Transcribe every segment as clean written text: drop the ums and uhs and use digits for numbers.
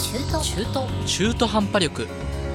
中途半端力。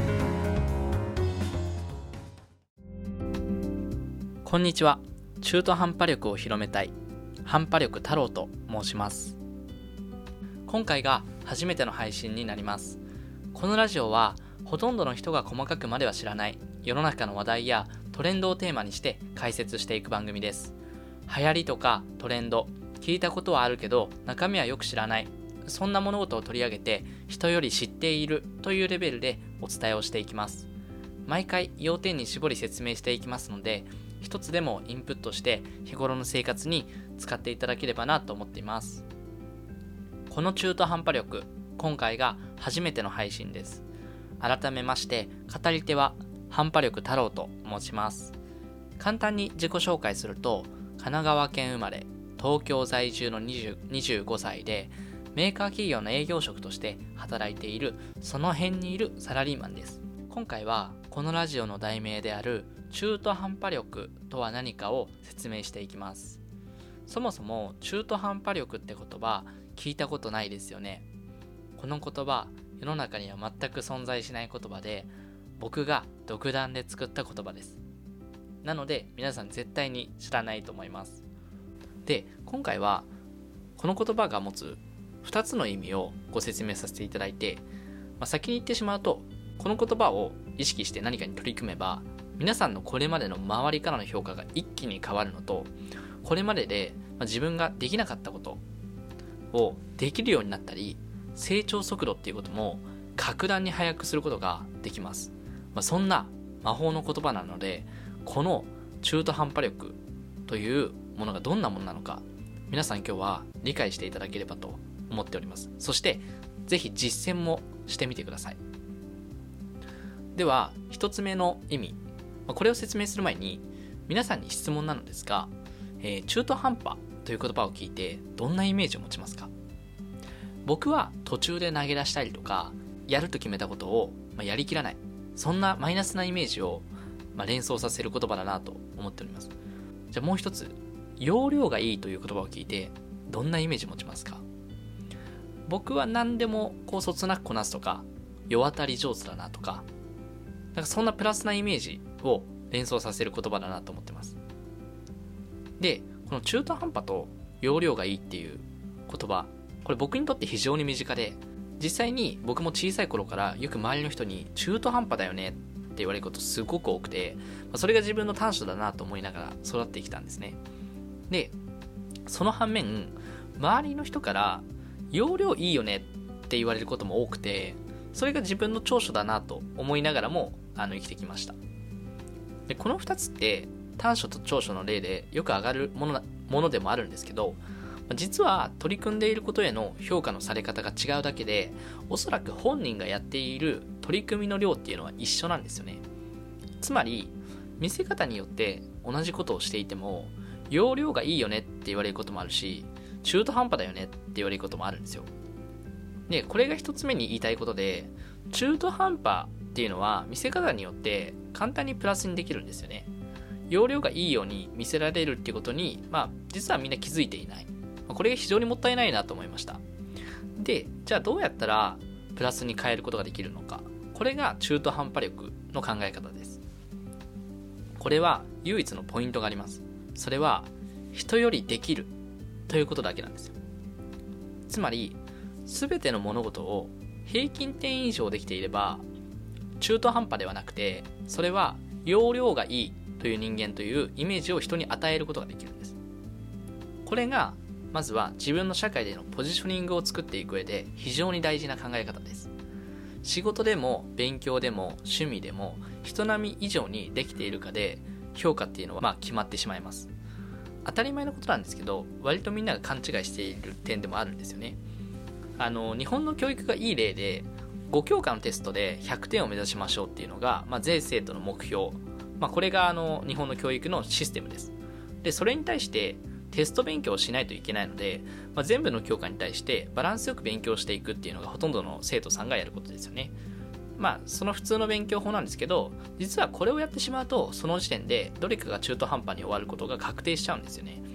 こんにちは。中途半端力を広めたい半端力太郎と申します。今回が初めての配信になります。このラジオはほとんどの人が細かくまでは知らない世の中の話題やトレンドをテーマにして解説していく番組です。流行りとかトレンド、聞いたことはあるけど中身はよく知らない、そんな物事を取り上げて人より知っているというレベルでお伝えをしていきます。毎回要点に絞り説明していきますので、一つでもインプットして日頃の生活に使っていただければなと思っています。この中途半端力、今回が初めての配信です。改めまして語り手は半端力太郎と申します。簡単に自己紹介すると、神奈川県生まれ、東京在住の25歳でメーカー企業の営業職として働いているその辺にいるサラリーマンです。今回はこのラジオの題名である中途半端力とは何かを説明していきます。そもそも中途半端力って言葉聞いたことないですよね。この言葉、世の中には全く存在しない言葉で、僕が独断で作った言葉です。なので皆さん絶対に知らないと思います。で、今回はこの言葉が持つ2つの意味をご説明させていただいて、先に言ってしまうと、この言葉を意識して何かに取り組めば、皆さんのこれまでの周りからの評価が一気に変わるのと、これまでで自分ができなかったことをできるようになったり、成長速度っていうことも格段に速くすることができます。そんな魔法の言葉なので、この中途半端力というものがどんなものなのか、皆さん今日は理解していただければと思っております。そしてぜひ実践もしてみてください。では一つ目の意味、これを説明する前に皆さんに質問なのですが、中途半端という言葉を聞いてどんなイメージを持ちますか？僕は途中で投げ出したりとか、やると決めたことをやりきらない、そんなマイナスなイメージを連想させる言葉だなと思っております。じゃあもう一つ、要領がいいという言葉を聞いてどんなイメージを持ちますか？僕は何でもそつなくこなすとか、世渡り上手だなとか、そんなプラスなイメージを連想させる言葉だなと思ってます。で、この中途半端と要領がいいっていう言葉、これ僕にとって非常に身近で、実際に僕も小さい頃からよく周りの人に中途半端だよねって言われることすごく多くて、それが自分の短所だなと思いながら育ってきたんですね。で、その反面、周りの人から要領いいよねって言われることも多くて、それが自分の長所だなと思いながらも生きてきました。で、この2つって短所と長所の例でよく上がるものでもあるんですけど、実は取り組んでいることへの評価のされ方が違うだけで、おそらく本人がやっている取り組みの量っていうのは一緒なんですよね。つまり見せ方によって同じことをしていても、要領がいいよねって言われることもあるし、中途半端だよねって言われることもあるんですよ。で、これが一つ目に言いたいことで、中途半端っていうのは見せ方によって簡単にプラスにできるんですよね。要領がいいように見せられるっていうことに、実はみんな気づいていない。これが非常にもったいないなと思いました。で、じゃあどうやったらプラスに変えることができるのか。これが中途半端力の考え方です。これは唯一のポイントがあります。それは人よりできるということだけなんですよ。つまり全ての物事を平均点以上できていれば中途半端ではなくて、それは要領がいいという人間というイメージを人に与えることができるんです。これがまずは自分の社会でのポジショニングを作っていく上で非常に大事な考え方です。仕事でも勉強でも趣味でも人並み以上にできているかで評価っていうのは決まってしまいます。当たり前のことなんですけど、割とみんなが勘違いしている点でもあるんですよね。日本の教育がいい例で、5教科のテストで100点を目指しましょうっていうのが、全生徒の目標、これが日本の教育のシステムです。で、それに対してテスト勉強をしないといけないので、全部の教科に対してバランスよく勉強していくっていうのがほとんどの生徒さんがやることですよね。その普通の勉強法なんですけど、実はこれをやってしまうとその時点でどれかが中途半端に終わることが確定しちゃうんですよね。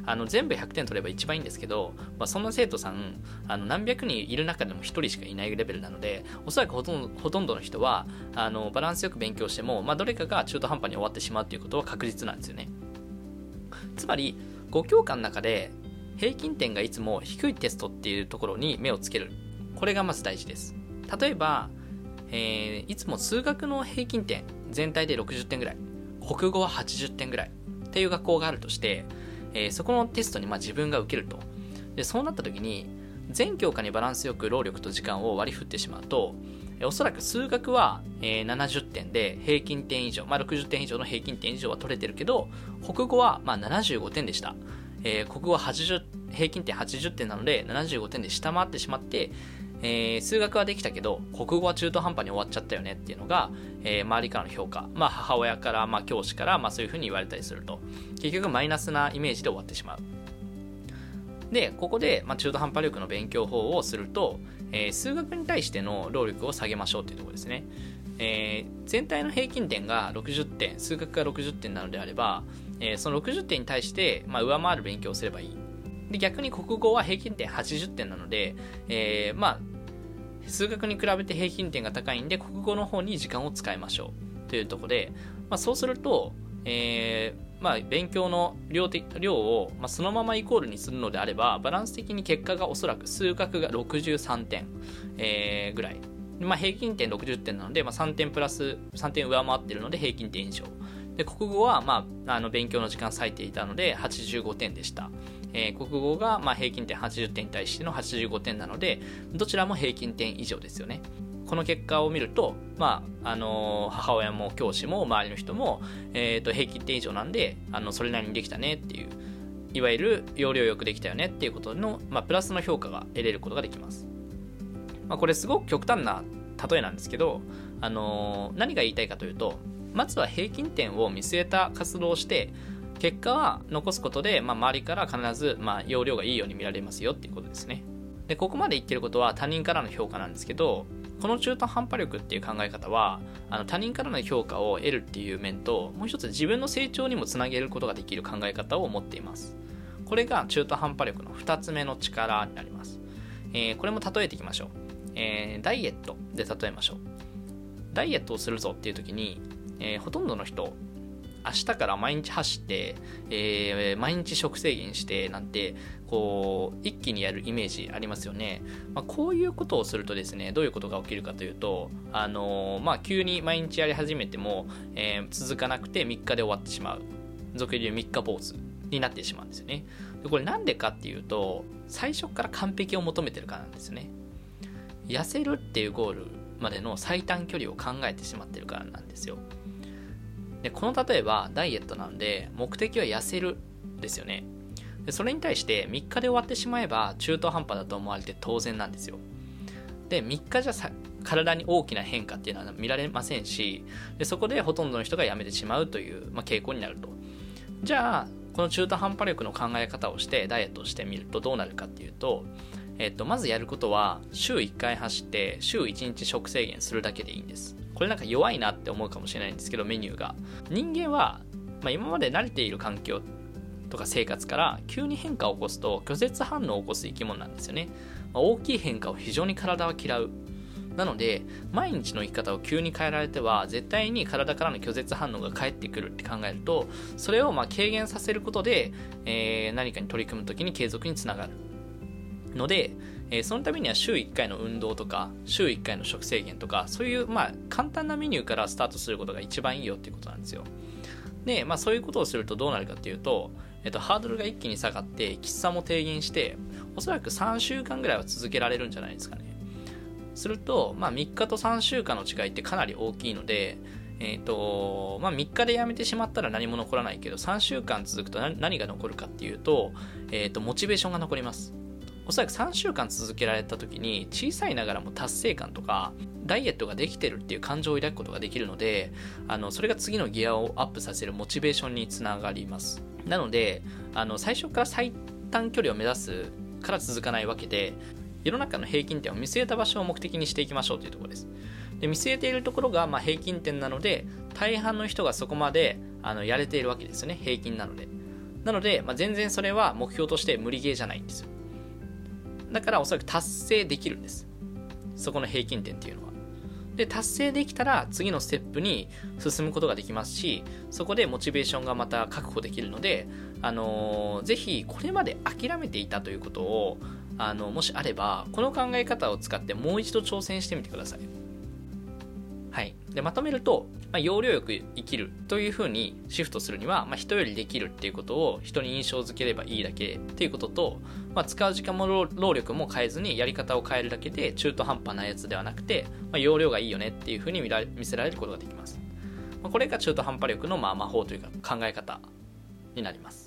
全部100点取れば一番いいんですけど、そんな生徒さん何百人いる中でも1人しかいないレベルなので、おそらくほとんどの人はバランスよく勉強しても、どれかが中途半端に終わってしまうということは確実なんですよね。つまり5教科の中で平均点がいつも低いテストっていうところに目をつける、これがまず大事です。例えば、いつも数学の平均点全体で60点ぐらい、国語は80点ぐらいっていう学校があるとして、そこのテストに自分が受けると。でそうなった時に全教科にバランスよく労力と時間を割り振ってしまうと、おそらく数学は70点で平均点以上、60点以上の平均点以上は取れてるけど、国語は75点でした。国語は平均点80点なので75点で下回ってしまって、数学はできたけど国語は中途半端に終わっちゃったよねっていうのが、周りからの評価、母親から、教師から、そういうふうに言われたりすると、結局マイナスなイメージで終わってしまう。でここで、中途半端力の勉強法をすると、数学に対しての労力を下げましょうというところですね。全体の平均点が60点、数学が60点なのであれば、その60点に対して、上回る勉強をすればいい。で逆に国語は平均点80点なので、数学に比べて平均点が高いんで国語の方に時間を使いましょうというところで、そうすると、勉強の量を、そのままイコールにするのであれば、バランス的に結果がおそらく数学が63点、ぐらい、平均点60点なので、3点プラス3点上回っているので平均点以上で、国語は、勉強の時間割いていたので85点でした。国語が平均点80点に対しての85点なので、どちらも平均点以上ですよね。この結果を見ると、母親も教師も周りの人も、平均点以上なんでそれなりにできたねっていう、いわゆる要領よくできたよねっていうことの、プラスの評価が得れることができます。これすごく極端な例えなんですけど、何が言いたいかというと、まずは平均点を見据えた活動をして結果は残すことで、周りから必ず、要領がいいように見られますよっていうことですね。でここまで言ってることは他人からの評価なんですけど、この中途半端力っていう考え方は他人からの評価を得るっていう面と、もう一つ自分の成長にもつなげることができる考え方を持っています。これが中途半端力の2つ目の力になります。これも例えていきましょう。ダイエットで例えましょう。ダイエットをするぞっていう時に、ほとんどの人明日から毎日走って、毎日食制限してなんて一気にやるイメージありますよね。こういうことをするとですね、どういうことが起きるかというと、急に毎日やり始めても、続かなくて3日で終わってしまう、俗に言う3日坊主になってしまうんですよね。でこれなんでかっていうと、最初から完璧を求めてるからなんですよね。痩せるっていうゴールまでの最短距離を考えてしまってるからなんですよ。でこの例えばダイエットなんで、目的は痩せるですよね。でそれに対して3日で終わってしまえば中途半端だと思われて当然なんですよ。で3日じゃ体に大きな変化っていうのは見られませんし、でそこでほとんどの人がやめてしまうという、傾向になると。じゃあこの中途半端力の考え方をしてダイエットをしてみるとどうなるかっていうと、まずやることは週1回走って週1日食制限するだけでいいんです。これなんか弱いなって思うかもしれないんですけど、メニューが、人間は、今まで慣れている環境とか生活から急に変化を起こすと拒絶反応を起こす生き物なんですよね。大きい変化を非常に体は嫌う。なので毎日の生き方を急に変えられては絶対に体からの拒絶反応が返ってくるって考えると、それを軽減させることで、何かに取り組むときに継続につながるので、そのためには週1回の運動とか週1回の食制限とか、そういう簡単なメニューからスタートすることが一番いいよっていうことなんですよ。で、そういうことをするとどうなるかっていうと、ハードルが一気に下がってきつさも低減して、おそらく3週間ぐらいは続けられるんじゃないですかね。すると、3日と3週間の違いってかなり大きいので、3日でやめてしまったら何も残らないけど、3週間続くと何が残るかっていうと、モチベーションが残ります。おそらく3週間続けられた時に小さいながらも達成感とかダイエットができてるっていう感情を抱くことができるので、それが次のギアをアップさせるモチベーションにつながります。なので最初から最短距離を目指すから続かないわけで、世の中の平均点を見据えた場所を目的にしていきましょうというところです。で見据えているところが平均点なので、大半の人がそこまでやれているわけですよね。平均なので。 なので、全然それは目標として無理ゲーじゃないんですよ。だからおそらく達成できるんです。そこの平均点っていうのは。で、達成できたら次のステップに進むことができますし、そこでモチベーションがまた確保できるので、ぜひこれまで諦めていたということを、もしあれば、この考え方を使ってもう一度挑戦してみてください。はい。で、まとめると、要領よく生きるというふうにシフトするには、人よりできるっていうことを人に印象づければいいだけっていうことと、使う時間も労力も変えずにやり方を変えるだけで中途半端なやつではなくて、要領がいいよねっていうふうに見せられることができます。これが中途半端力の魔法というか考え方になります。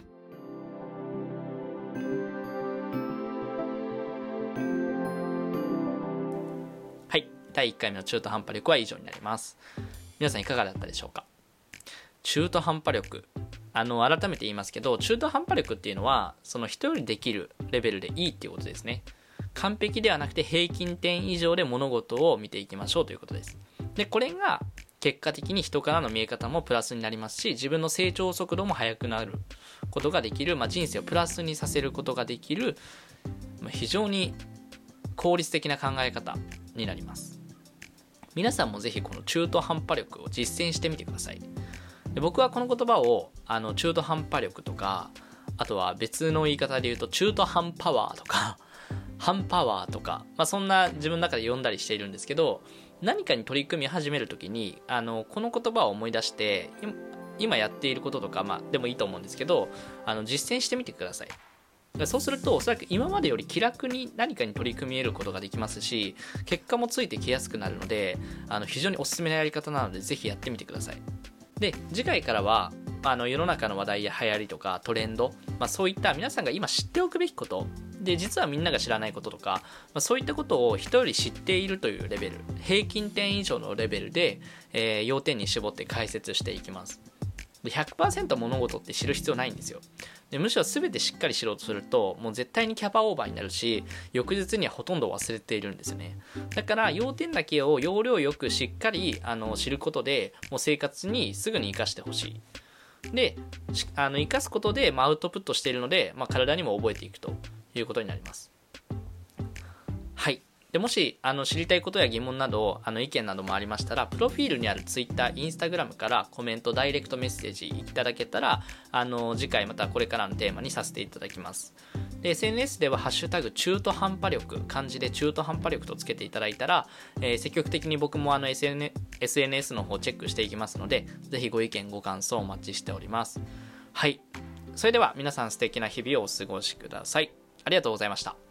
はい。第1回目の中途半端力は以上になります。皆さんいかがだったでしょうか。中途半端力。改めて言いますけど、中途半端力っていうのは、その人よりできるレベルでいいっていうことですね。完璧ではなくて平均点以上で物事を見ていきましょうということです。で、これが結果的に人からの見え方もプラスになりますし、自分の成長速度も速くなることができる、人生をプラスにさせることができる、非常に効率的な考え方になります。皆さんもぜひこの中途半端力を実践してみてください。で、僕はこの言葉を中途半端力とか、あとは別の言い方で言うと中途半パワーとか半パワーとか、そんな自分の中で呼んだりしているんですけど、何かに取り組み始めるときにこの言葉を思い出して今やっていることとか、でもいいと思うんですけど、実践してみてください。そうするとおそらく今までより気楽に何かに取り組み得ることができますし、結果もついてきやすくなるので、非常におすすめなやり方なのでぜひやってみてください。で、次回からは世の中の話題や流行りとかトレンド、そういった皆さんが今知っておくべきことで、実はみんなが知らないこととか、そういったことを人より知っているというレベル、平均点以上のレベルで、要点に絞って解説していきます。で、 100% 物事って知る必要ないんですよ。で、むしろ全てしっかり知ろうとするともう絶対にキャパオーバーになるし、翌日にはほとんど忘れているんですよね。だから要点だけを要領よくしっかり知ることで、もう生活にすぐに活かしてほしい。で、活かすことで、アウトプットしているので、体にも覚えていくということになります。はい。で、もし知りたいことや疑問など意見などもありましたら、プロフィールにある Twitter、Instagram からコメント、ダイレクトメッセージいただけたら次回またこれからのテーマにさせていただきます。で、 SNS ではハッシュタグ中途半端力、漢字で中途半端力とつけていただいたら、積極的に僕もSNS の方チェックしていきますので、ぜひご意見ご感想お待ちしております。はい。それでは皆さん素敵な日々をお過ごしください。ありがとうございました。